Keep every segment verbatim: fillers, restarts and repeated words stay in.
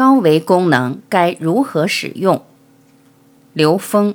高维功能该如何使用？刘峰。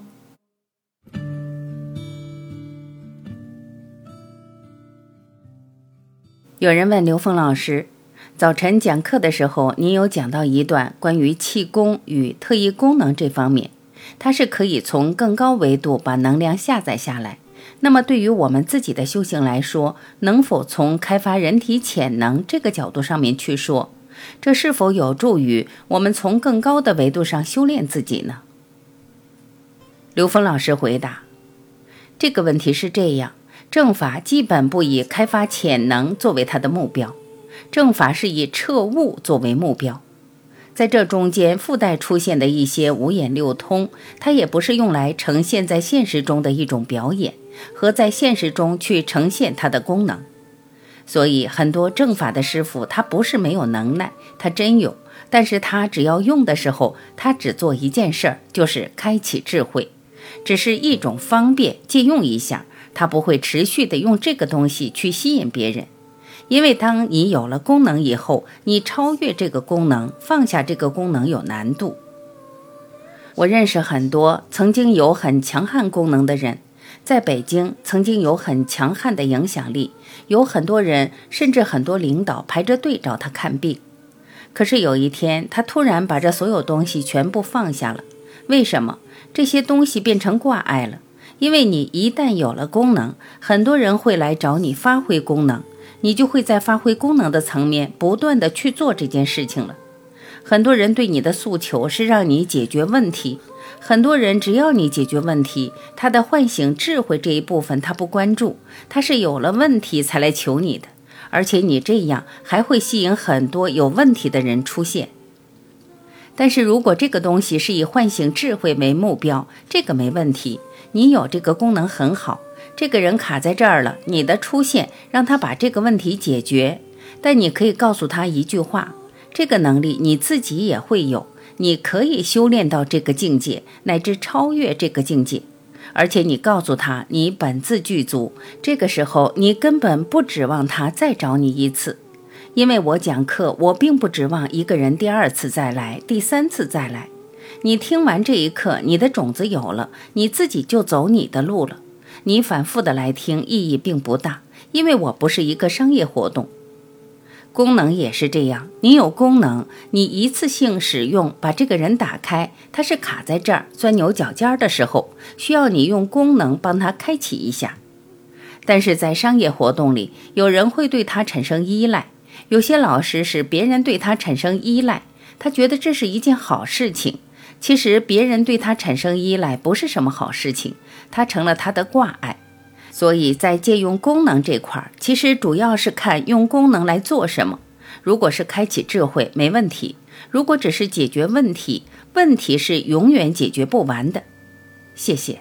有人问刘峰老师，早晨讲课的时候，您有讲到一段关于气功与特异功能这方面，它是可以从更高维度把能量下载下来。那么对于我们自己的修行来说，能否从开发人体潜能这个角度上面去说，这是否有助于我们从更高的维度上修炼自己呢？刘峰老师回答，这个问题是这样，正法基本不以开发潜能作为它的目标，正法是以彻悟作为目标。在这中间附带出现的一些五眼六通，它也不是用来呈现在现实中的一种表演，和在现实中去呈现它的功能。所以很多正法的师傅，他不是没有能耐，他真有，但是他只要用的时候，他只做一件事儿，就是开启智慧，只是一种方便借用一下，他不会持续的用这个东西去吸引别人。因为当你有了功能以后，你超越这个功能，放下这个功能有难度。我认识很多曾经有很强悍功能的人，在北京曾经有很强悍的影响力，有很多人甚至很多领导排着队找他看病。可是有一天，他突然把这所有东西全部放下了。为什么？这些东西变成挂碍了。因为你一旦有了功能，很多人会来找你发挥功能，你就会在发挥功能的层面不断的去做这件事情了。很多人对你的诉求是让你解决问题，很多人只要你解决问题，他的唤醒智慧这一部分他不关注，他是有了问题才来求你的，而且你这样还会吸引很多有问题的人出现。但是如果这个东西是以唤醒智慧为目标，这个没问题，你有这个功能很好，这个人卡在这儿了，你的出现让他把这个问题解决。但你可以告诉他一句话，这个能力你自己也会有，你可以修炼到这个境界，乃至超越这个境界。而且你告诉他你本自具足，这个时候你根本不指望他再找你一次。因为我讲课，我并不指望一个人第二次再来，第三次再来。你听完这一课，你的种子有了，你自己就走你的路了。你反复的来听意义并不大，因为我不是一个商业活动。功能也是这样，你有功能，你一次性使用把这个人打开，他是卡在这儿钻牛角尖的时候，需要你用功能帮他开启一下。但是在商业活动里，有人会对他产生依赖，有些老师使别人对他产生依赖，他觉得这是一件好事情。其实别人对他产生依赖不是什么好事情，他成了他的挂碍。所以在借用功能这块，其实主要是看用功能来做什么。如果是开启智慧，没问题；如果只是解决问题，问题是永远解决不完的。谢谢。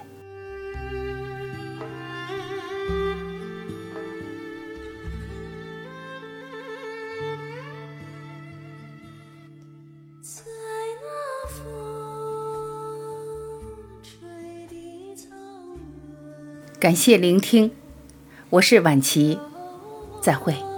感谢聆听，我是婉琪，再会。